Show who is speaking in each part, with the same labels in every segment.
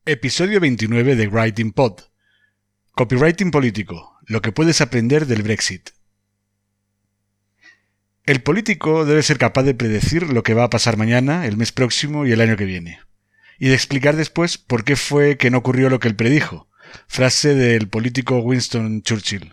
Speaker 1: Episodio 29 de Writing Pod. Copywriting político, lo que puedes aprender del Brexit. El político debe ser capaz de predecir lo que va a pasar mañana, el mes próximo y el año que viene, y de explicar después por qué fue que no ocurrió lo que él predijo. Frase del político Winston Churchill.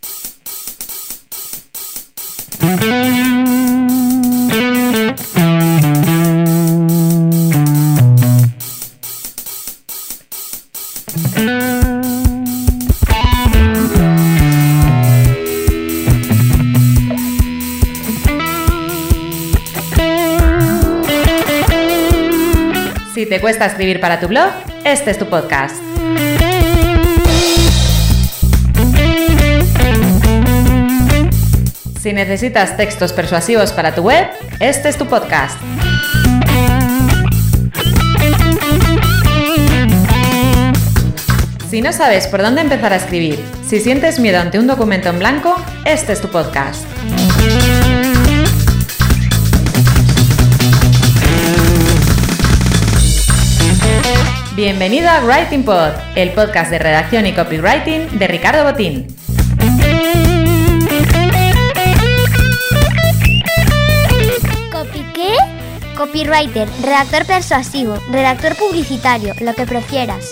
Speaker 2: Si te cuesta escribir para tu blog, este es tu podcast. Si necesitas textos persuasivos para tu web, este es tu podcast. Si no sabes por dónde empezar a escribir, si sientes miedo ante un documento en blanco, este es tu podcast. Bienvenido a Writing Pod, el podcast de redacción y copywriting de Ricardo Botín.
Speaker 3: ¿Copy qué? Copywriter, redactor persuasivo, redactor publicitario, lo que prefieras.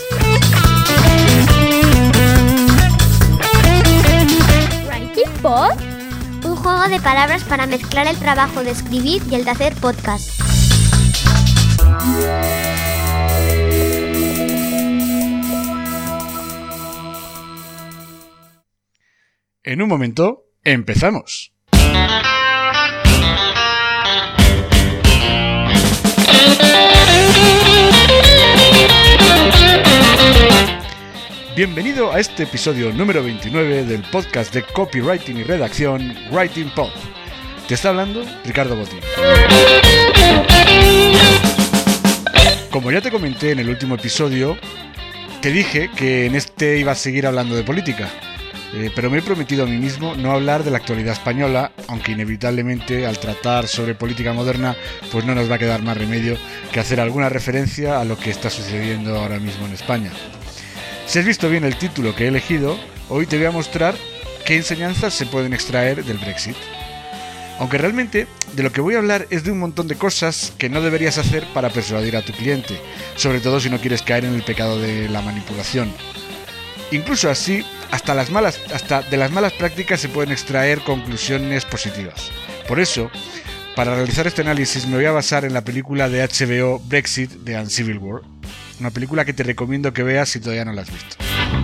Speaker 3: ¿Writing Pod? Un juego de palabras para mezclar el trabajo de escribir y el de hacer podcast.
Speaker 1: En un momento, empezamos. Bienvenido a este episodio número 29 del podcast de copywriting y redacción Writing Pod. Te está hablando Ricardo Botín. Como ya te comenté en el último episodio, te dije que en este iba a seguir hablando de política. Pero me he prometido a mí mismo no hablar de la actualidad española, aunque inevitablemente al tratar sobre política moderna pues no nos va a quedar más remedio que hacer alguna referencia a lo que está sucediendo ahora mismo en España. Si has visto bien el título que he elegido, hoy te voy a mostrar qué enseñanzas se pueden extraer del Brexit. Aunque realmente de lo que voy a hablar es de un montón de cosas que no deberías hacer para persuadir a tu cliente, sobre todo si no quieres caer en el pecado de la manipulación. Incluso así, hasta de las malas prácticas se pueden extraer conclusiones positivas. Por eso, para realizar este análisis me voy a basar en la película de HBO Brexit de Uncivil War, una película que te recomiendo que veas si todavía no la has visto.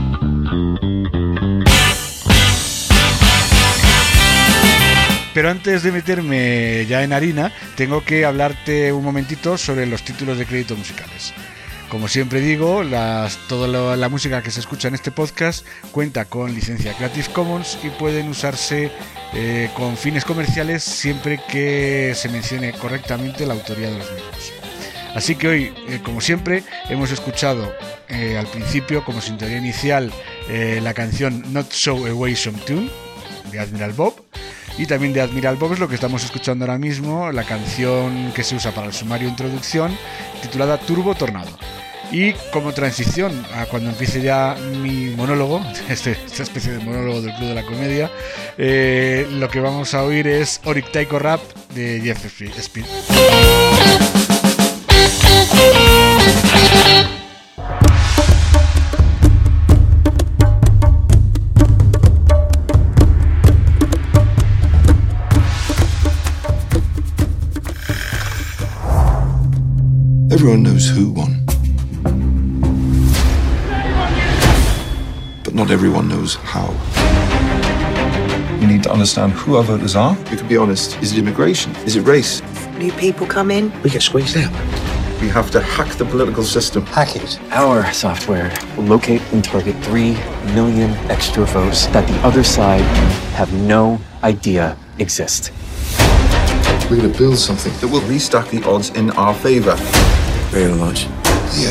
Speaker 1: Pero antes de meterme ya en harina, tengo que hablarte un momentito sobre los títulos de crédito musicales. Como siempre digo, toda la música que se escucha en este podcast cuenta con licencia Creative Commons y pueden usarse con fines comerciales siempre que se mencione correctamente la autoría de los mismos. Así que hoy, como siempre, hemos escuchado al principio, como sintonía inicial, la canción Not So Away Some Tune de Admiral Bob. Y también de Admiral Bob es lo que estamos escuchando ahora mismo, la canción que se usa para el sumario de introducción, titulada Turbo Tornado. Y como transición a cuando empiece ya mi monólogo, esta especie de monólogo del Club de la Comedia, lo que vamos a oír es Oric Taiko Rap de Jeff Speed.
Speaker 4: Everyone knows who won. But not everyone knows how.
Speaker 5: We need to understand who our voters are.
Speaker 4: We can be honest. Is it immigration? Is it race?
Speaker 6: New people come in, we get squeezed out.
Speaker 4: We have to hack the political system.
Speaker 6: Hack it.
Speaker 7: Our software will locate and target 3 million extra votes that the other side have no idea exist.
Speaker 4: We're going to build something that will restack the odds in our favor.
Speaker 5: Very much.
Speaker 4: Yeah.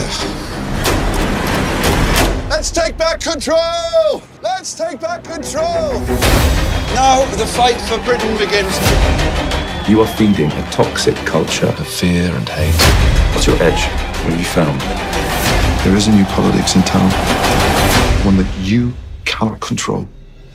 Speaker 8: Let's take back control! Let's take back control! Now the fight for Britain begins.
Speaker 5: You are feeding a toxic culture of fear and hate. What's your edge? What have you found? There is a new politics in town, one that you cannot control.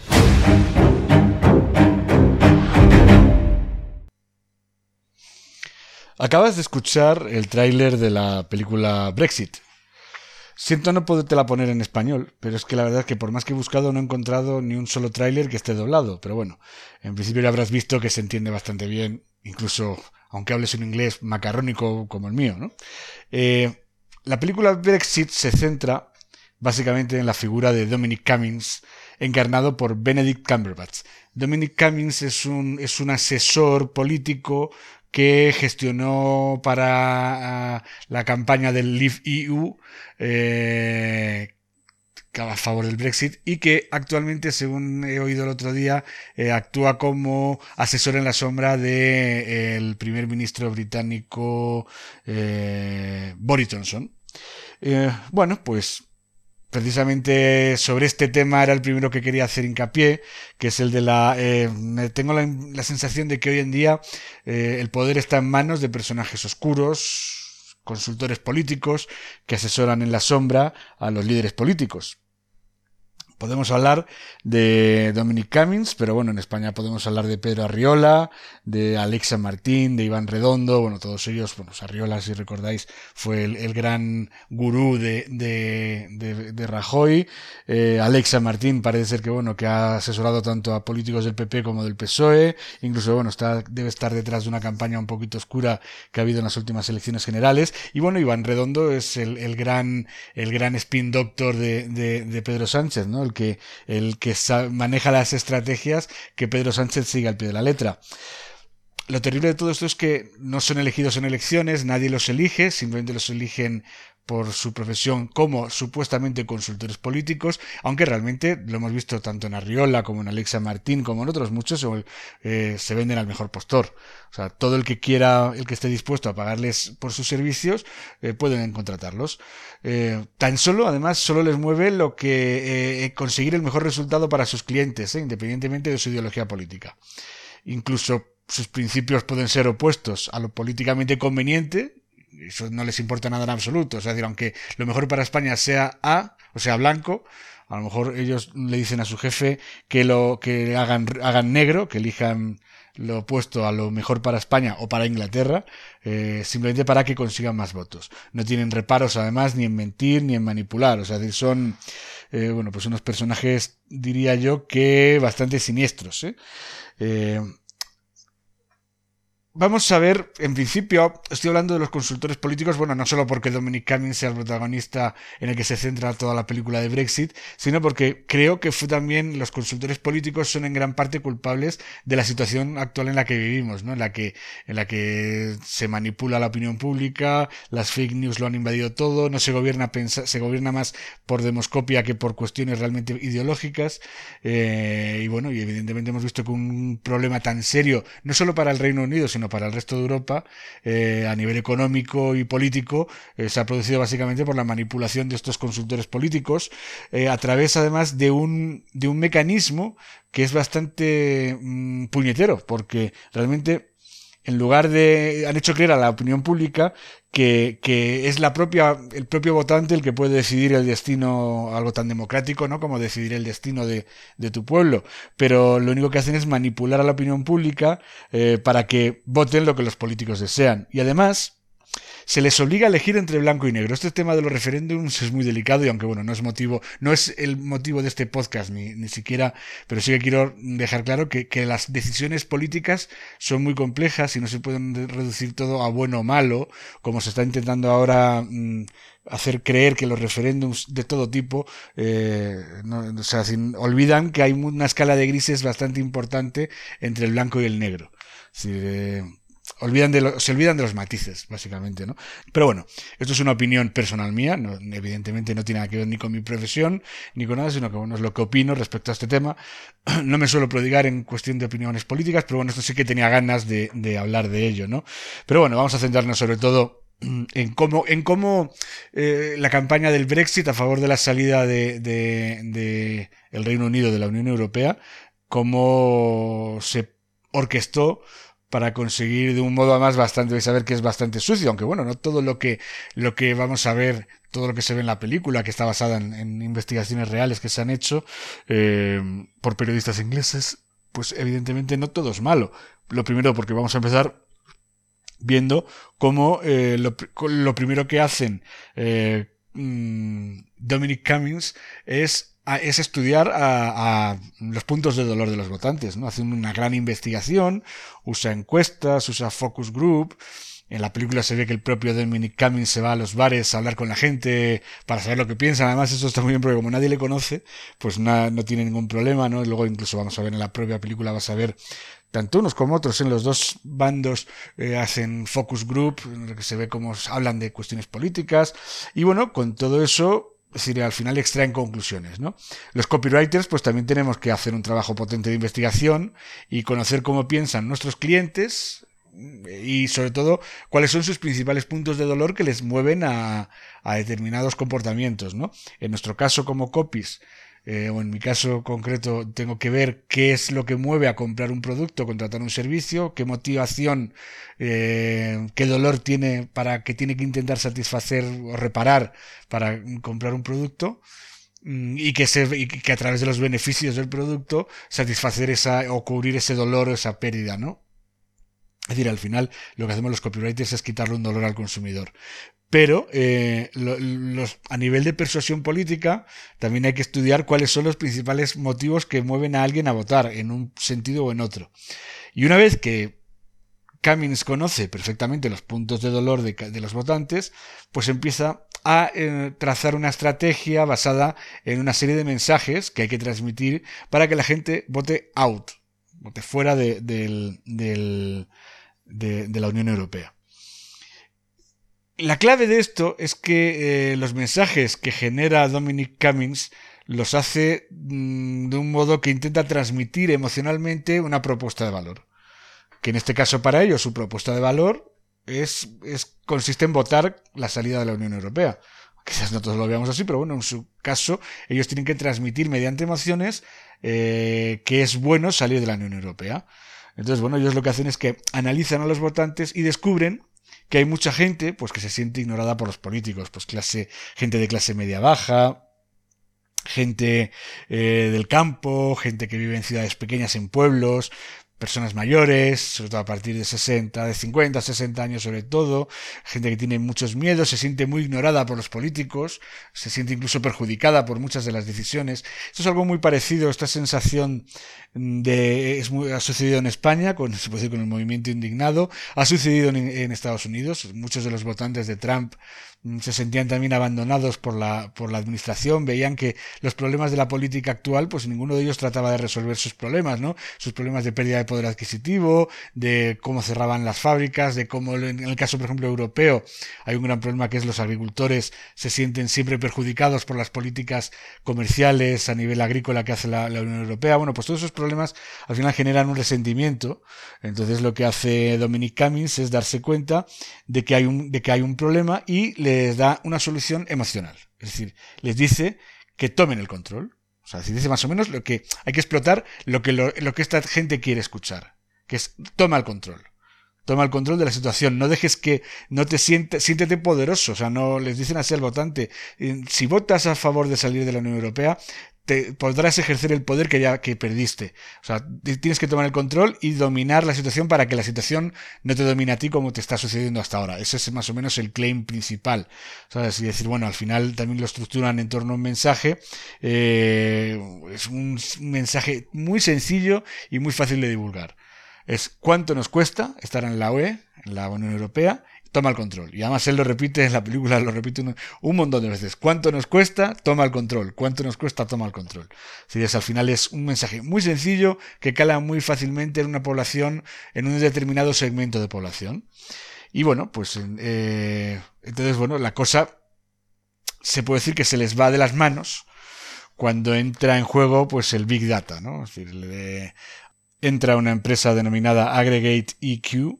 Speaker 1: Acabas de escuchar el tráiler de la película Brexit. Siento no podértela poner en español, pero es que la verdad es que por más que he buscado no he encontrado ni un solo tráiler que esté doblado. Pero bueno, en principio ya habrás visto que se entiende bastante bien, incluso aunque hables un inglés macarrónico como el mío, ¿no? La película Brexit se centra básicamente en la figura de Dominic Cummings, encarnado por Benedict Cumberbatch. Dominic Cummings es un asesor político que gestionó para la campaña del Leave EU a favor del Brexit y que actualmente, según he oído el otro día, actúa como asesor en la sombra del primer ministro británico Boris Johnson. Bueno, pues precisamente sobre este tema era el primero que quería hacer hincapié, que es el de tengo la sensación de que hoy en día el poder está en manos de personajes oscuros, consultores políticos, que asesoran en la sombra a los líderes políticos. Podemos hablar de Dominic Cummings, pero bueno, en España podemos hablar de Pedro Arriola, de Alexa Martín, de Iván Redondo, bueno, todos ellos, bueno, Arriola, si recordáis, fue el gran gurú de Rajoy. Alexa Martín parece ser que, bueno, que ha asesorado tanto a políticos del PP como del PSOE, incluso, bueno, debe estar detrás de una campaña un poquito oscura que ha habido en las últimas elecciones generales. Y bueno, Iván Redondo es el gran spin doctor de Pedro Sánchez, ¿no? El que maneja las estrategias que Pedro Sánchez sigue al pie de la letra. Lo terrible de todo esto es que no son elegidos en elecciones, nadie los elige, simplemente los eligen por su profesión como supuestamente consultores políticos, aunque realmente lo hemos visto tanto en Arriola como en Alexa Martín como en otros muchos, se venden al mejor postor. O sea, todo el que quiera, el que esté dispuesto a pagarles por sus servicios, pueden contratarlos. Además, solo les mueve lo que conseguir el mejor resultado para sus clientes, independientemente de su ideología política. Incluso sus principios pueden ser opuestos a lo políticamente conveniente. Eso no les importa nada en absoluto. Es decir, aunque lo mejor para España sea A, o sea blanco, a lo mejor ellos le dicen a su jefe que hagan negro, que elijan lo opuesto a lo mejor para España o para Inglaterra, simplemente para que consigan más votos. No tienen reparos además ni en mentir ni en manipular. O sea, son pues unos personajes, diría yo, que bastante siniestros. Vamos a ver, en principio, estoy hablando de los consultores políticos, bueno, no solo porque Dominic Cummings sea el protagonista en el que se centra toda la película de Brexit, sino porque creo que también los consultores políticos son en gran parte culpables de la situación actual en la que vivimos, ¿no? En la que se manipula la opinión pública, las fake news lo han invadido todo, no se gobierna más por demoscopia que por cuestiones realmente ideológicas, y bueno, y evidentemente hemos visto que un problema tan serio, no solo para el Reino Unido, sino para el resto de Europa, a nivel económico y político, se ha producido básicamente por la manipulación de estos consultores políticos, a través además de un mecanismo que es bastante puñetero, porque realmente en lugar de han hecho creer a la opinión pública que es el propio votante el que puede decidir el destino, algo tan democrático, ¿no?, como decidir el destino de tu pueblo, pero lo único que hacen es manipular a la opinión pública para que voten lo que los políticos desean. Y además se les obliga a elegir entre blanco y negro. Este tema de los referéndums es muy delicado y aunque bueno, no es el motivo de este podcast ni siquiera, pero sí que quiero dejar claro que las decisiones políticas son muy complejas y no se pueden reducir todo a bueno o malo, como se está intentando ahora hacer creer que los referéndums de todo tipo, olvidan que hay una escala de grises bastante importante entre el blanco y el negro. Se olvidan de los matices, básicamente, ¿no? Pero bueno, esto es una opinión personal mía, evidentemente no tiene nada que ver ni con mi profesión, ni con nada, sino que bueno, es lo que opino respecto a este tema. No me suelo prodigar en cuestión de opiniones políticas, pero bueno, esto sí que tenía ganas de hablar de ello, ¿no? Pero bueno, vamos a centrarnos sobre todo en cómo la campaña del Brexit a favor de la salida de el Reino Unido de la Unión Europea, cómo se orquestó para conseguir de un modo además bastante, vais a ver que es bastante sucio, aunque bueno, no todo lo que vamos a ver, todo lo que se ve en la película, que está basada en investigaciones reales que se han hecho por periodistas ingleses, pues evidentemente no todo es malo. Lo primero, porque vamos a empezar viendo cómo lo primero que hacen Dominic Cummings es estudiar a los puntos de dolor de los votantes, ¿no? Hace una gran investigación, usa encuestas, usa focus group. En la película se ve que el propio Dominic Cummings se va a los bares a hablar con la gente para saber lo que piensan. Además, eso está muy bien porque como nadie le conoce, pues no tiene ningún problema, ¿no? Luego incluso vamos a ver en la propia película, vas a ver tanto unos como otros en los dos bandos hacen focus group, en lo que se ve cómo hablan de cuestiones políticas. Y bueno, con todo eso, es decir, al final extraen conclusiones, ¿no? Los copywriters, pues también tenemos que hacer un trabajo potente de investigación y conocer cómo piensan nuestros clientes y sobre todo cuáles son sus principales puntos de dolor que les mueven a determinados comportamientos, ¿no? En nuestro caso como copies, o en mi caso concreto, tengo que ver qué es lo que mueve a comprar un producto, contratar un servicio, qué motivación, qué dolor tiene para que tiene que intentar satisfacer o reparar para comprar un producto. Y que a través de los beneficios del producto satisfacer o cubrir ese dolor o esa pérdida, ¿no? Es decir, al final lo que hacemos los copywriters es quitarle un dolor al consumidor. Pero a nivel de persuasión política también hay que estudiar cuáles son los principales motivos que mueven a alguien a votar en un sentido o en otro. Y una vez que Cummings conoce perfectamente los puntos de dolor de los votantes, pues empieza a trazar una estrategia basada en una serie de mensajes que hay que transmitir para que la gente vote out, vote fuera de la Unión Europea. La clave de esto es que los mensajes que genera Dominic Cummings los hace de un modo que intenta transmitir emocionalmente una propuesta de valor. Que en este caso para ellos su propuesta de valor consiste en votar la salida de la Unión Europea. Quizás no todos lo veamos así, pero bueno, en su caso ellos tienen que transmitir mediante emociones que es bueno salir de la Unión Europea. Entonces, bueno, ellos lo que hacen es que analizan a los votantes y descubren que hay mucha gente pues que se siente ignorada por los políticos, pues gente de clase media baja, gente del campo, gente que vive en ciudades pequeñas, en pueblos, personas mayores, sobre todo a partir de 50, 60 años sobre todo, gente que tiene muchos miedos, se siente muy ignorada por los políticos, se siente incluso perjudicada por muchas de las decisiones. Esto es algo muy parecido, esta sensación ha sucedido en España, se puede decir con el movimiento indignado, ha sucedido en Estados Unidos, muchos de los votantes de Trump se sentían también abandonados por la administración, veían que los problemas de la política actual, pues ninguno de ellos trataba de resolver sus problemas, ¿no? Sus problemas de pérdida de poder adquisitivo, de cómo cerraban las fábricas, de cómo en el caso, por ejemplo, europeo, hay un gran problema que es los agricultores se sienten siempre perjudicados por las políticas comerciales a nivel agrícola que hace la Unión Europea. Bueno, pues todos esos problemas al final generan un resentimiento. Entonces lo que hace Dominic Cummings es darse cuenta de que hay un problema y les da una solución emocional. Es decir, les dice que tomen el control. O sea, dice más o menos lo que hay que explotar lo que esta gente quiere escuchar, que es toma el control. Toma el control de la situación, no dejes que no te siéntete poderoso, o sea, no les dicen así al votante, si votas a favor de salir de la Unión Europea, podrás ejercer el poder que perdiste. O sea, tienes que tomar el control y dominar la situación para que la situación no te domine a ti como te está sucediendo hasta ahora. Ese es más o menos el claim principal. ¿Sabes? Y decir, bueno, al final también lo estructuran en torno a un mensaje. Es un mensaje muy sencillo y muy fácil de divulgar. Es cuánto nos cuesta estar en la UE, en la Unión Europea. Toma el control. Y además él lo repite en la película, lo repite un montón de veces. ¿Cuánto nos cuesta? Toma el control. ¿Cuánto nos cuesta? Toma el control. Al final es un mensaje muy sencillo que cala muy fácilmente en una población, en un determinado segmento de población. Y bueno, pues entonces, bueno, la cosa se puede decir que se les va de las manos cuando entra en juego pues el Big Data, ¿no? Es decir, entra una empresa denominada Aggregate EQ,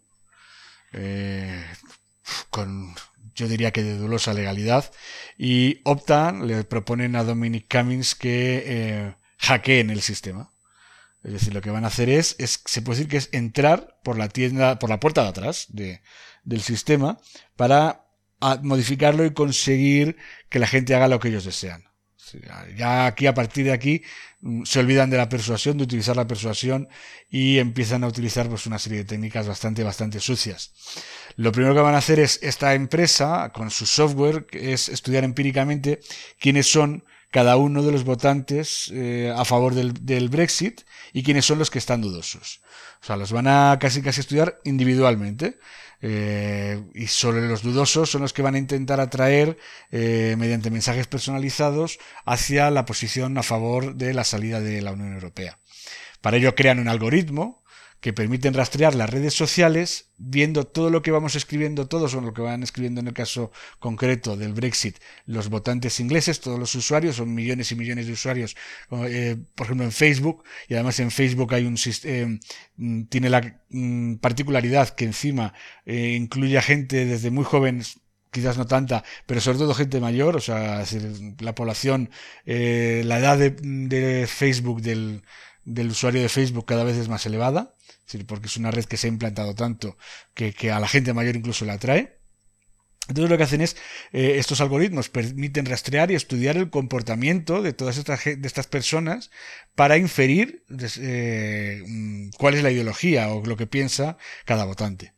Speaker 1: con, yo diría que de dudosa legalidad, y le proponen a Dominic Cummings que hackeen el sistema. Es decir, lo que van a hacer se puede decir que es entrar por la puerta de atrás del sistema para modificarlo y conseguir que la gente haga lo que ellos desean. Ya aquí, a partir de aquí, se olvidan de la persuasión, de utilizar la persuasión, y empiezan a utilizar pues una serie de técnicas bastante sucias. Lo primero que van a hacer es, esta empresa, con su software, es estudiar empíricamente quiénes son cada uno de los votantes a favor del Brexit y quiénes son los que están dudosos. O sea, los van a casi estudiar individualmente. Y sobre los dudosos son los que van a intentar atraer mediante mensajes personalizados hacia la posición a favor de la salida de la Unión Europea. Para ello crean un algoritmo que permiten rastrear las redes sociales, viendo todo lo que vamos escribiendo todos, o lo que van escribiendo en el caso concreto del Brexit, los votantes ingleses, todos los usuarios, son millones y millones de usuarios, por ejemplo en Facebook, y además en Facebook hay tiene la particularidad que encima incluye a gente desde muy jóvenes, quizás no tanta, pero sobre todo gente mayor, o sea, es decir, la población, la edad de Facebook, del usuario de Facebook cada vez es más elevada, es decir, porque es una red que se ha implantado tanto que a la gente mayor incluso la atrae. Entonces lo que hacen es, estos algoritmos permiten rastrear y estudiar el comportamiento de todas estas personas para inferir cuál es la ideología o lo que piensa cada votante.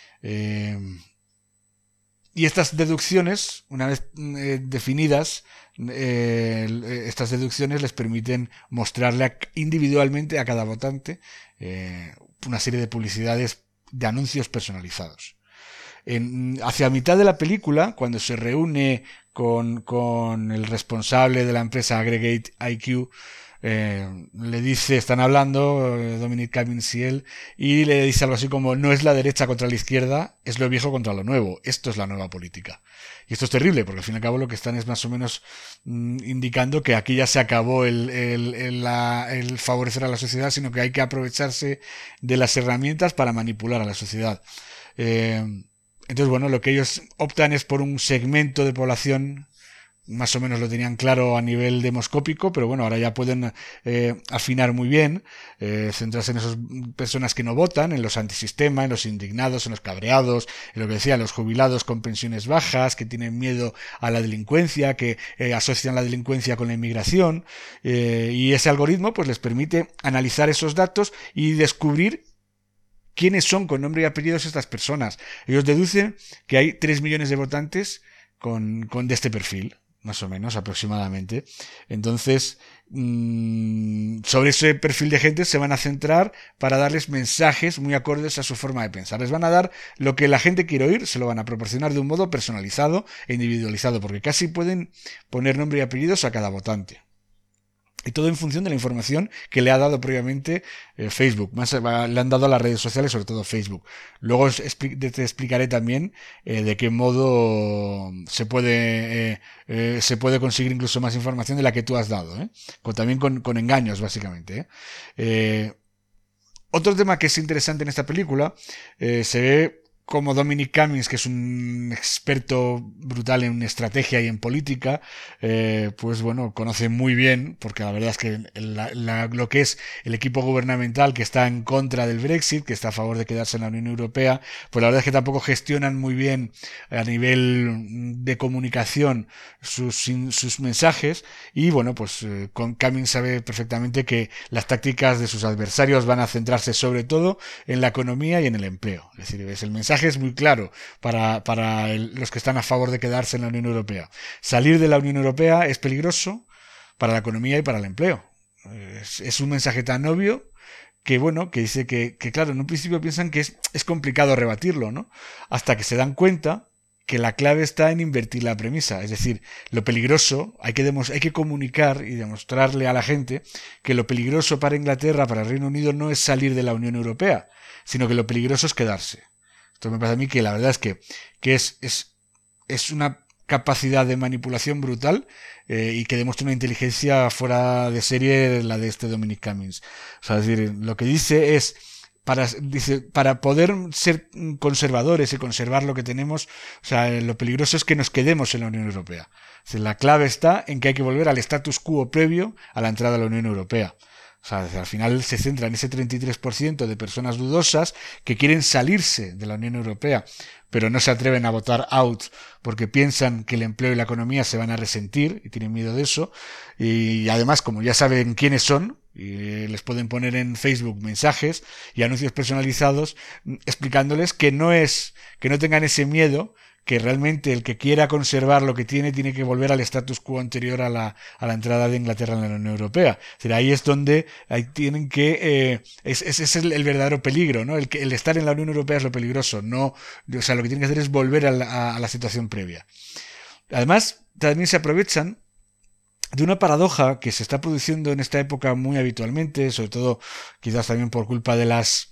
Speaker 1: Y estas deducciones, una vez definidas, estas deducciones les permiten mostrarle individualmente a cada votante una serie de publicidades, de anuncios personalizados. Hacia mitad de la película, cuando se reúne con el responsable de la empresa Aggregate IQ, le dice, están hablando Dominic Cummings y él, y le dice algo así como: no es la derecha contra la izquierda, es lo viejo contra lo nuevo, esto es la nueva política. Y esto es terrible, porque al fin y al cabo lo que están es más o menos indicando que aquí ya se acabó el favorecer a la sociedad, sino que hay que aprovecharse de las herramientas para manipular a la sociedad. Entonces, bueno, lo que ellos optan es por un segmento de población, más o menos lo tenían claro a nivel demoscópico, pero bueno, ahora ya pueden afinar muy bien, centrarse en esas personas que no votan, en los antisistema, en los indignados, en los cabreados, en lo que decía, los jubilados con pensiones bajas, que tienen miedo a la delincuencia, que asocian la delincuencia con la inmigración, y ese algoritmo pues les permite analizar esos datos y descubrir quiénes son con nombre y apellidos estas personas. Ellos deducen que hay 3 millones de votantes de este perfil, más o menos, aproximadamente. Entonces, sobre ese perfil de gente se van a centrar para darles mensajes muy acordes a su forma de pensar. Les van a dar lo que la gente quiere oír, se lo van a proporcionar de un modo personalizado e individualizado, porque casi pueden poner nombre y apellidos a cada votante. Y todo en función de la información que le ha dado previamente Facebook. Le han dado a las redes sociales, sobre todo Facebook. Luego te explicaré también de qué modo se puede conseguir incluso más información de la que tú has dado. También con engaños, básicamente. Otro tema que es interesante en esta película, se ve como Dominic Cummings, que es un experto brutal en estrategia y en política, pues bueno, conoce muy bien, porque la verdad es que lo que es el equipo gubernamental que está en contra del Brexit, que está a favor de quedarse en la Unión Europea, pues la verdad es que tampoco gestionan muy bien a nivel de comunicación sus mensajes, y bueno, pues Cummings sabe perfectamente que las tácticas de sus adversarios van a centrarse sobre todo en la economía y en el empleo. Es decir, el mensaje es muy claro para los que están a favor de quedarse en la Unión Europea. Salir de la Unión Europea es peligroso para la economía y para el empleo. Es un mensaje tan obvio que, bueno, que dice que claro, en un principio piensan que es complicado rebatirlo, ¿no? Hasta que se dan cuenta que la clave está en invertir la premisa. Es decir, lo peligroso, hay que comunicar y demostrarle a la gente que lo peligroso para Inglaterra, para el Reino Unido, no es salir de la Unión Europea, sino que lo peligroso es quedarse. Esto me parece a mí que la verdad es que es una capacidad de manipulación brutal, y que demuestra una inteligencia fuera de serie la de este Dominic Cummings. O sea, es decir, lo que dice es, para poder ser conservadores y conservar lo que tenemos, o sea, lo peligroso es que nos quedemos en la Unión Europea. O sea, la clave está en que hay que volver al status quo previo a la entrada a la Unión Europea. O sea, al final se centra en ese 33% de personas dudosas que quieren salirse de la Unión Europea, pero no se atreven a votar out porque piensan que el empleo y la economía se van a resentir y tienen miedo de eso. Y además, como ya saben quiénes son, y les pueden poner en Facebook mensajes y anuncios personalizados explicándoles que no tengan ese miedo, que realmente el que quiera conservar lo que tiene que volver al status quo anterior a la entrada de Inglaterra en la Unión Europea. O sea, ahí es donde tienen que es el verdadero peligro, ¿no? El estar en la Unión Europea es lo peligroso, no, o sea, lo que tienen que hacer es volver a la situación previa. Además, también se aprovechan de una paradoja que se está produciendo en esta época muy habitualmente, sobre todo quizás también por culpa de las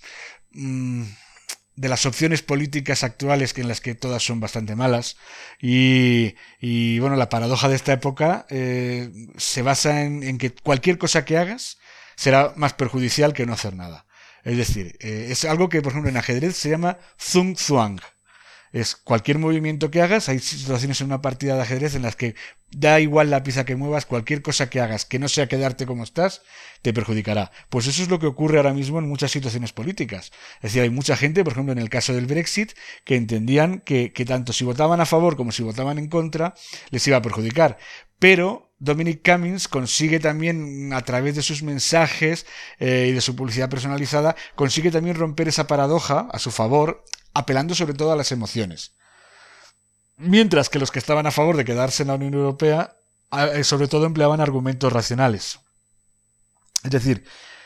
Speaker 1: opciones políticas actuales, en las que todas son bastante malas, y bueno, la paradoja de esta época se basa en que cualquier cosa que hagas será más perjudicial que no hacer nada. Es decir, es algo que por ejemplo en ajedrez se llama Zhong Zhuang. Es cualquier movimiento que hagas. Hay situaciones en una partida de ajedrez en las que da igual la pieza que muevas, cualquier cosa que hagas que no sea quedarte como estás, te perjudicará. Pues eso es lo que ocurre ahora mismo en muchas situaciones políticas. Es decir, hay mucha gente, por ejemplo en el caso del Brexit, que entendían que tanto si votaban a favor como si votaban en contra, les iba a perjudicar. Pero Dominic Cummings consigue también, a través de sus mensajes y de su publicidad personalizada, consigue también romper esa paradoja a su favor, apelando sobre todo a las emociones. Mientras que los que estaban a favor de quedarse en la Unión Europea, sobre todo empleaban argumentos racionales. Es decir,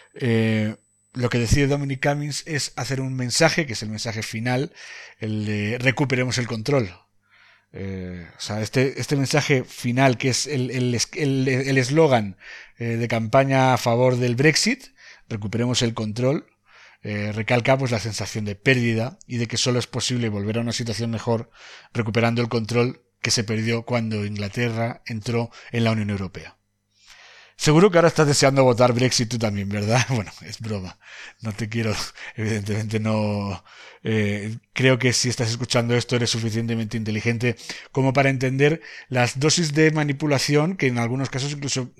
Speaker 1: lo que decide Dominic Cummings es hacer un mensaje, que es el mensaje final, el de recuperemos el control. O sea, este mensaje final, que es el eslogan de campaña a favor del Brexit, recuperemos el control, recalca pues la sensación de pérdida y de que solo es posible volver a una situación mejor recuperando el control que se perdió cuando Inglaterra entró en la Unión Europea. Seguro que ahora estás deseando votar Brexit tú también, ¿verdad? Bueno, es broma. No te quiero, evidentemente no. Creo que si estás escuchando esto eres suficientemente inteligente como para entender las dosis de manipulación que en algunos casos incluso,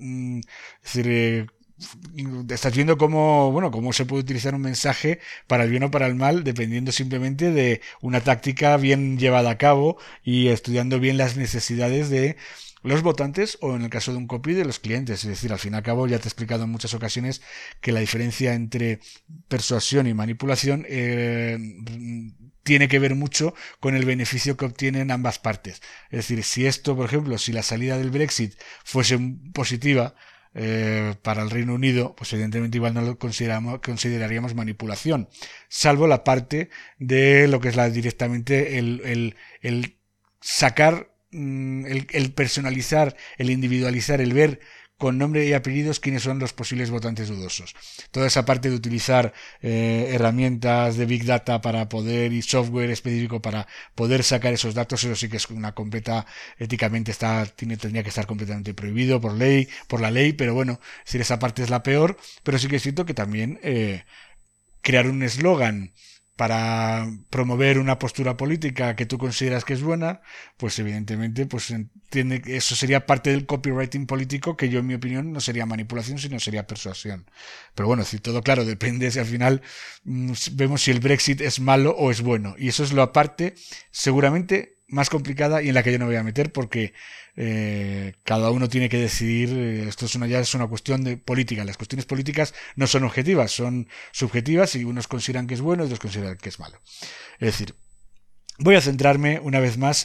Speaker 1: estás viendo cómo se puede utilizar un mensaje para el bien o para el mal, dependiendo simplemente de una táctica bien llevada a cabo y estudiando bien las necesidades de los votantes o, en el caso de un copy, de los clientes. Es decir, al fin y al cabo ya te he explicado en muchas ocasiones que la diferencia entre persuasión y manipulación tiene que ver mucho con el beneficio que obtienen ambas partes. Es decir, si esto, por ejemplo, si la salida del Brexit fuese positiva para el Reino Unido, pues evidentemente igual no lo consideraríamos manipulación, salvo la parte de lo que es directamente el sacar, el personalizar, el individualizar, el ver con nombre y apellidos quiénes son los posibles votantes dudosos. Toda esa parte de utilizar herramientas de Big Data para poder, y software específico para poder sacar esos datos, eso sí que es una completa, éticamente tendría que estar completamente prohibido por la ley, pero bueno, es decir, esa parte es la peor, pero sí que es cierto que también crear un eslogan para promover una postura política que tú consideras que es buena, pues evidentemente pues entiende que eso sería parte del copywriting político, que yo, en mi opinión, no sería manipulación, sino sería persuasión. Pero bueno, si todo claro, depende si al final vemos si el Brexit es malo o es bueno. Y eso es la parte seguramente más complicada y en la que yo no voy a meter, porque cada uno tiene que decidir. Esto ya es una cuestión de política. Las cuestiones políticas no son objetivas, son subjetivas, y unos consideran que es bueno y otros consideran que es malo. Es decir, voy a centrarme una vez más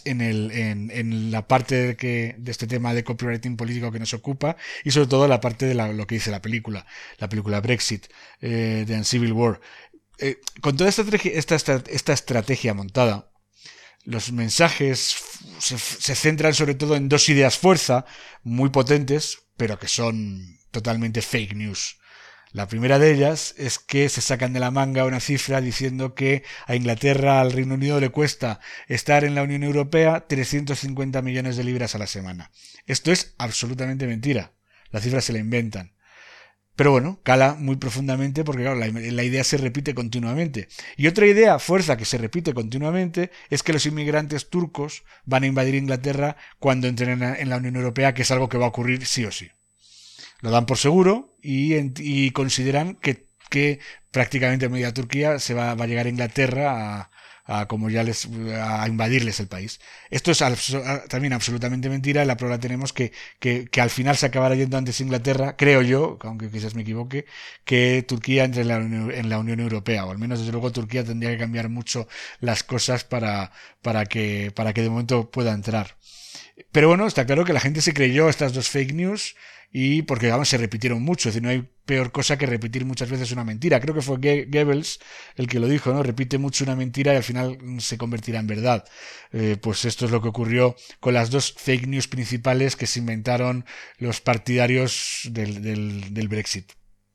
Speaker 1: en la parte de este tema de copywriting político que nos ocupa, y sobre todo la parte de lo que dice la película Brexit, de Uncivil War. Con toda esta estrategia montada, los mensajes se centran sobre todo en dos ideas fuerza muy potentes, pero que son totalmente fake news. La primera de ellas es que se sacan de la manga una cifra diciendo que a Inglaterra, al Reino Unido, le cuesta estar en la Unión Europea 350 millones de libras a la semana. Esto es absolutamente mentira. La cifra se la inventan. Pero bueno, cala muy profundamente porque claro, la idea se repite continuamente. Y otra idea, fuerza, que se repite continuamente, es que los inmigrantes turcos van a invadir Inglaterra cuando entren en la Unión Europea, que es algo que va a ocurrir sí o sí. Lo dan por seguro y consideran que prácticamente media Turquía se va a llegar a Inglaterra a invadirles el país. Esto es también absolutamente mentira, y la prueba tenemos que al final se acabará yendo antes Inglaterra, creo yo, aunque quizás me equivoque, que Turquía entre en la Unión Europea, o al menos desde luego Turquía tendría que cambiar mucho las cosas para que de momento pueda entrar. Pero bueno, está claro que la gente se creyó estas dos fake news, y porque vamos, se repitieron mucho, es decir, no hay peor cosa que repetir muchas veces una mentira. Creo que fue Goebbels el que lo dijo, ¿no? Repite mucho una mentira y al final se convertirá en verdad. Pues esto es lo que ocurrió con las dos fake news principales que se inventaron los partidarios del Brexit.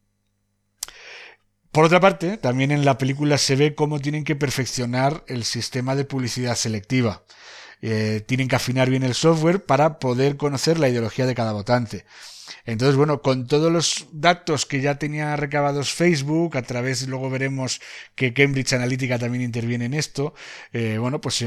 Speaker 1: Por otra parte, también en la película se ve cómo tienen que perfeccionar el sistema de publicidad selectiva. Tienen que afinar bien el software para poder conocer la ideología de cada votante. Entonces, bueno, con todos los datos que ya tenía recabados Facebook, a través, luego veremos que Cambridge Analytica también interviene en esto, bueno, pues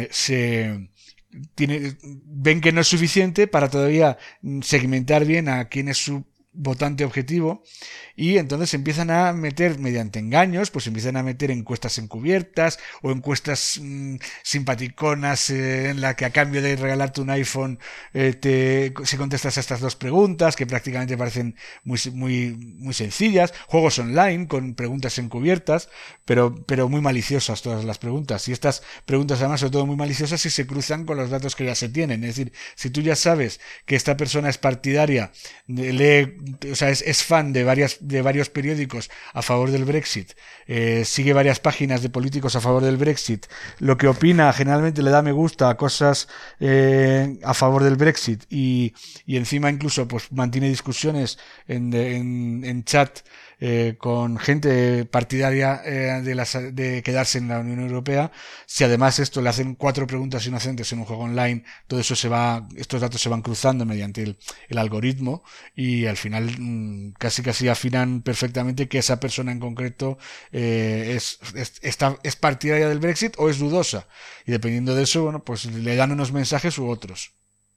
Speaker 1: ven que no es suficiente para todavía segmentar bien a quién es su votante objetivo, y entonces empiezan a meter, mediante engaños, pues empiezan a meter encuestas encubiertas o encuestas simpaticonas en la que a cambio de regalarte un iPhone si contestas a estas dos preguntas que prácticamente parecen muy sencillas, juegos online con preguntas encubiertas, pero muy maliciosas todas las preguntas, y estas preguntas además son todo muy maliciosas si se cruzan con los datos que ya se tienen. Es decir, si tú ya sabes que esta persona es partidaria, es fan de varios periódicos a favor del Brexit, sigue varias páginas de políticos a favor del Brexit, lo que opina generalmente le da me gusta a cosas a favor del Brexit, y encima incluso pues mantiene discusiones en chat con gente partidaria de quedarse en la Unión Europea. Si además esto le hacen 4 preguntas inocentes en un juego online, todo eso estos datos se van cruzando mediante el algoritmo, y al final casi afinan perfectamente que esa persona en concreto es partidaria del Brexit o es dudosa, y dependiendo de eso, bueno, pues le dan unos mensajes u otros.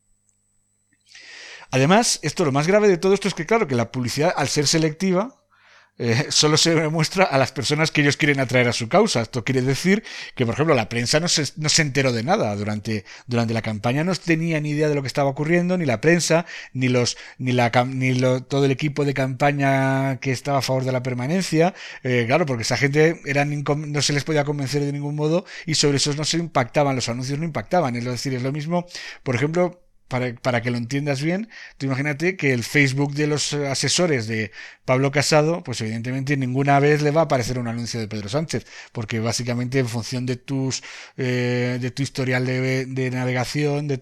Speaker 1: Además, lo más grave de todo esto es que, claro, que la publicidad, al ser selectiva, solo se muestra a las personas que ellos quieren atraer a su causa. Esto quiere decir que, por ejemplo, la prensa no se enteró de nada durante la campaña, no tenía ni idea de lo que estaba ocurriendo, ni la prensa, todo el equipo de campaña que estaba a favor de la permanencia, claro, porque esa gente no se les podía convencer de ningún modo, y sobre eso no se impactaban, los anuncios no impactaban. Es decir, es lo mismo, por ejemplo, para que lo entiendas bien, tú imagínate que el Facebook de los asesores de Pablo Casado, pues evidentemente ninguna vez le va a aparecer un anuncio de Pedro Sánchez, porque básicamente en función de tu historial de navegación, de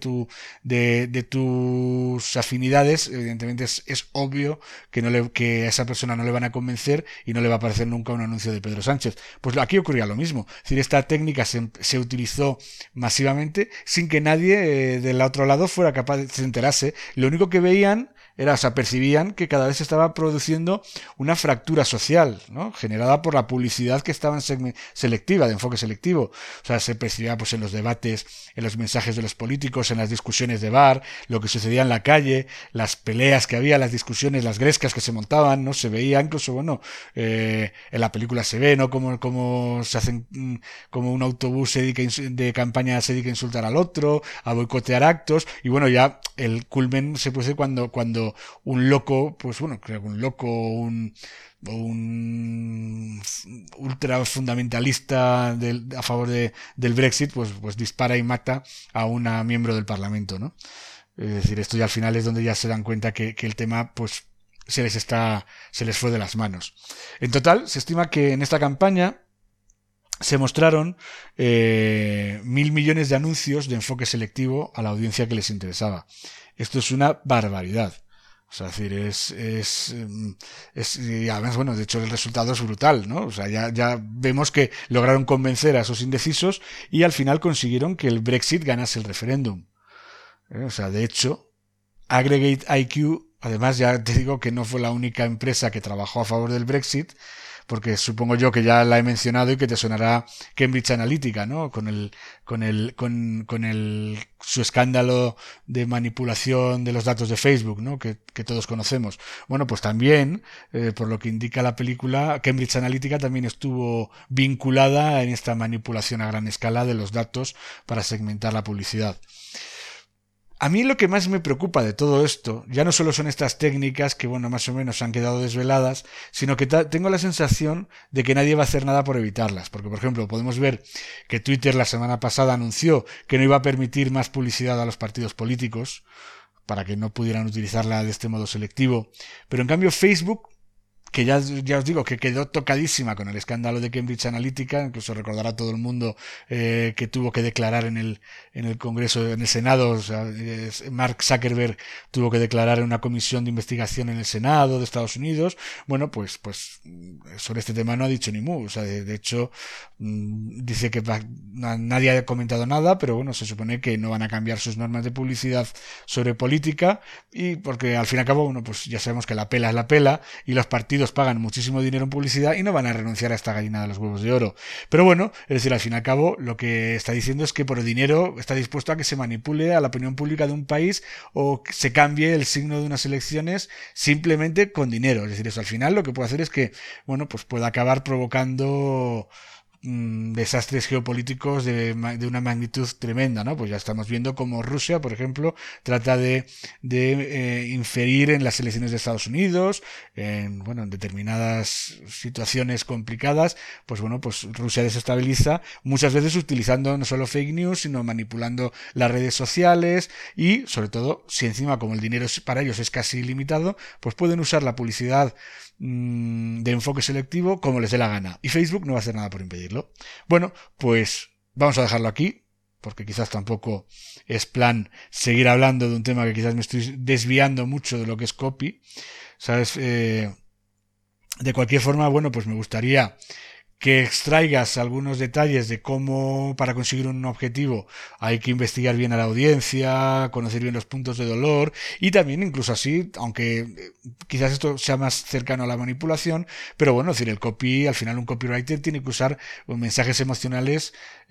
Speaker 1: tus afinidades, evidentemente es obvio que a esa persona no le van a convencer y no le va a aparecer nunca un anuncio de Pedro Sánchez. Pues aquí ocurría lo mismo, es decir, esta técnica se utilizó masivamente sin que nadie del otro lado fuera capaz de enterarse. Lo único que veían percibían que cada vez se estaba produciendo una fractura social, ¿no?, generada por la publicidad que estaba selectiva, de enfoque selectivo. O sea, se percibía pues en los debates, en los mensajes de los políticos, en las discusiones de bar, lo que sucedía en la calle, las peleas que había, las discusiones, las grescas que se montaban, ¿no? Se veía incluso, bueno, en la película se ve, ¿no?, como se hacen, como un autobús de campaña se dedica a insultar al otro, a boicotear actos, y bueno, ya el culmen se produce cuando un loco, pues bueno, creo que un loco, un ultra fundamentalista a favor del Brexit, pues dispara y mata a una miembro del Parlamento, ¿no? Es decir, esto ya al final es donde ya se dan cuenta que el tema, pues, se les fue de las manos. En total, se estima que en esta campaña se mostraron 1.000 millones de anuncios de enfoque selectivo a la audiencia que les interesaba. Esto es una barbaridad. O sea, es decir, y además, bueno, de hecho el resultado es brutal, ¿no? O sea, ya vemos que lograron convencer a esos indecisos y al final consiguieron que el Brexit ganase el referéndum. O sea, de hecho, Aggregate IQ, además ya te digo que no fue la única empresa que trabajó a favor del Brexit, porque supongo yo que ya la he mencionado y que te sonará Cambridge Analytica, ¿no? Con su escándalo de manipulación de los datos de Facebook, ¿no? Que todos conocemos. Bueno, pues también, por lo que indica la película, Cambridge Analytica también estuvo vinculada en esta manipulación a gran escala de los datos para segmentar la publicidad. A mí lo que más me preocupa de todo esto ya no solo son estas técnicas que, bueno, más o menos han quedado desveladas, sino que tengo la sensación de que nadie va a hacer nada por evitarlas. Porque, por ejemplo, podemos ver que Twitter la semana pasada anunció que no iba a permitir más publicidad a los partidos políticos para que no pudieran utilizarla de este modo selectivo. Pero en cambio Facebook, que ya os digo que quedó tocadísima con el escándalo de Cambridge Analytica, incluso recordará todo el mundo que tuvo que declarar en el Congreso, en el Senado, o sea, Mark Zuckerberg tuvo que declarar en una comisión de investigación en el Senado de Estados Unidos. Bueno, pues sobre este tema no ha dicho ni mu, o sea, de hecho dice que nadie ha comentado nada, pero bueno, se supone que no van a cambiar sus normas de publicidad sobre política, y porque al fin y al cabo, bueno, pues ya sabemos que la pela es la pela y los partidos pagan muchísimo dinero en publicidad y no van a renunciar a esta gallina de los huevos de oro. Pero bueno, es decir, al fin y al cabo lo que está diciendo es que por el dinero está dispuesto a que se manipule a la opinión pública de un país o que se cambie el signo de unas elecciones simplemente con dinero. Es decir, eso al final lo que puede hacer es que, bueno, pues pueda acabar provocando desastres geopolíticos de una magnitud tremenda, ¿no? Pues ya estamos viendo cómo Rusia, por ejemplo, trata de inferir en las elecciones de Estados Unidos, en determinadas situaciones complicadas. Pues bueno, pues Rusia desestabiliza muchas veces utilizando no solo fake news, sino manipulando las redes sociales y, sobre todo, si encima como el dinero para ellos es casi ilimitado, pues pueden usar la publicidad de enfoque selectivo como les dé la gana, y Facebook no va a hacer nada por impedirlo. Bueno, pues vamos a dejarlo aquí, porque quizás tampoco es plan seguir hablando de un tema que quizás me estoy desviando mucho de lo que es copy, ¿sabes? De cualquier forma, bueno, pues me gustaría que extraigas algunos detalles de cómo para conseguir un objetivo hay que investigar bien a la audiencia, conocer bien los puntos de dolor y también incluso así, aunque quizás esto sea más cercano a la manipulación, pero bueno, es decir, el copy, al final un copywriter tiene que usar mensajes emocionales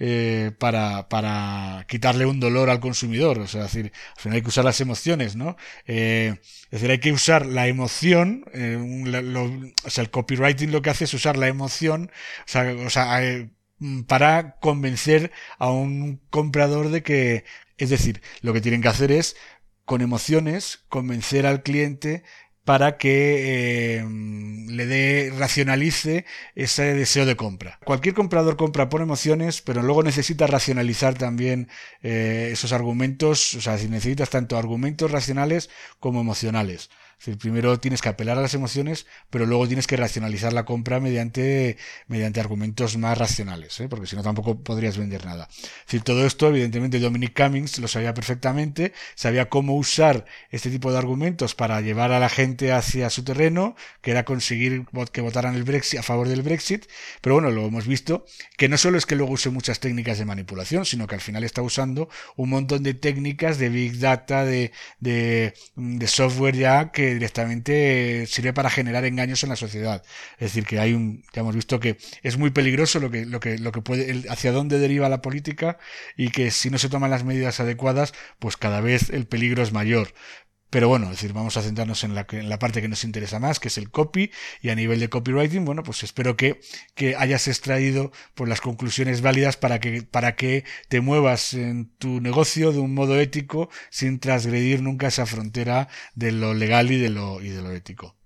Speaker 1: para quitarle un dolor al consumidor, o sea, es decir, al final hay que usar las emociones, ¿no? Es decir, hay que usar la emoción, o sea, el copywriting lo que hace es usar la emoción, o sea, para convencer a un comprador de que, es decir, lo que tienen que hacer es, con emociones, convencer al cliente para que racionalice ese deseo de compra. Cualquier comprador compra por emociones, pero luego necesita racionalizar también esos argumentos, o sea, si necesitas tanto argumentos racionales como emocionales. Es decir, primero tienes que apelar a las emociones, pero luego tienes que racionalizar la compra mediante argumentos más racionales, porque si no tampoco podrías vender nada. Es decir, todo esto, evidentemente, Dominic Cummings lo sabía perfectamente, sabía cómo usar este tipo de argumentos para llevar a la gente hacia su terreno, que era conseguir que votaran el Brexit, a favor del Brexit, pero bueno, lo hemos visto, que no solo es que luego use muchas técnicas de manipulación, sino que al final está usando un montón de técnicas de Big Data, de software ya que directamente sirve para generar engaños en la sociedad. Es decir, que ya hemos visto que es muy peligroso lo que puede, hacia dónde deriva la política, y que si no se toman las medidas adecuadas, pues cada vez el peligro es mayor. Pero bueno, es decir, vamos a centrarnos en la parte que nos interesa más, que es el copy, y a nivel de copywriting, bueno, pues espero que hayas extraído pues las conclusiones válidas para que te muevas en tu negocio de un modo ético sin transgredir nunca esa frontera de lo legal y de lo ético.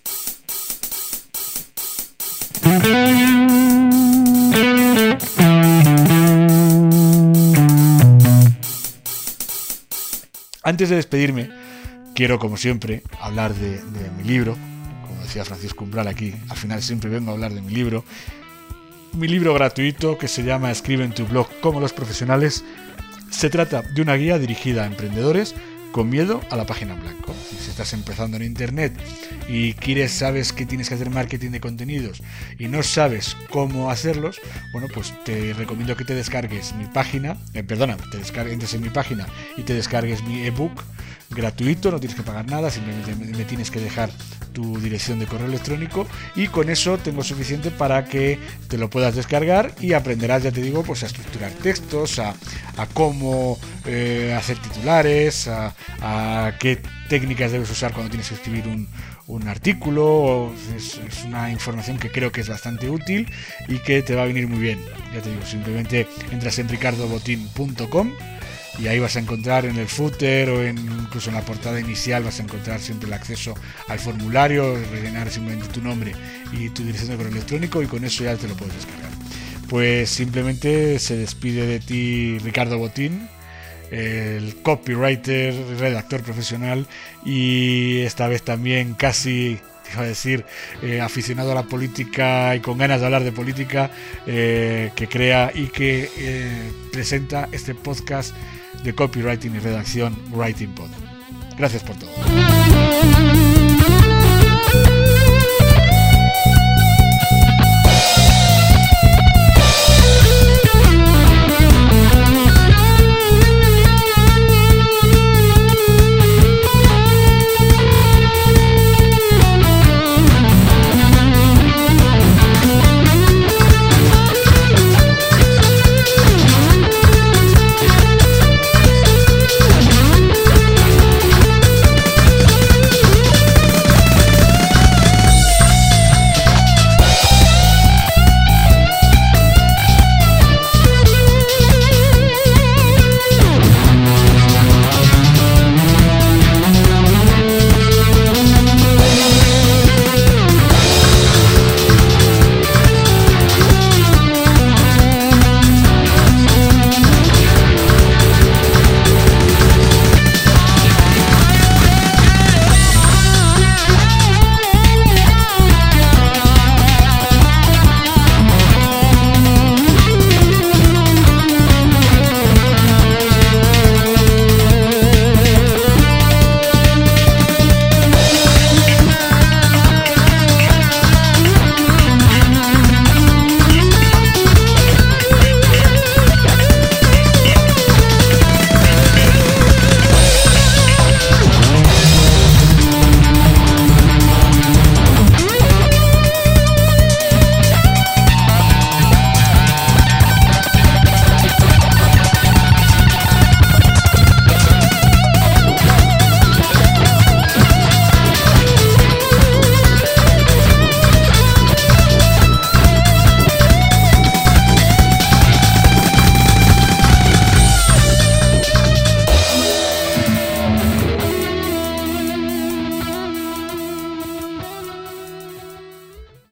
Speaker 1: Antes de despedirme, quiero, como siempre, hablar de mi libro. Como decía Francisco Umbral aquí, al final siempre vengo a hablar de mi libro gratuito que se llama Escribe en tu blog como los profesionales. Se trata de una guía dirigida a emprendedores con miedo a la página en blanco. Si estás empezando en internet y sabes que tienes que hacer marketing de contenidos y no sabes cómo hacerlos, bueno, pues te recomiendo que te descargues mi página, entres en mi página y te descargues mi ebook gratuito, no tienes que pagar nada, simplemente me tienes que dejar tu dirección de correo electrónico y con eso tengo suficiente para que te lo puedas descargar y aprenderás, ya te digo, pues a estructurar textos, a cómo hacer titulares, a qué técnicas debes usar cuando tienes que escribir un artículo. Es una información que creo que es bastante útil y que te va a venir muy bien. Ya te digo, simplemente entras en ricardobotin.com y ahí vas a encontrar en el footer o incluso en la portada inicial vas a encontrar siempre el acceso al formulario, rellenar simplemente tu nombre y tu dirección de correo electrónico y con eso ya te lo puedes descargar. Pues simplemente se despide de ti Ricardo Botín, el copywriter, redactor profesional y esta vez también casi, te iba a decir, aficionado a la política y con ganas de hablar de política, que crea y que presenta este podcast de copywriting y redacción Writing Pod. Gracias por todo.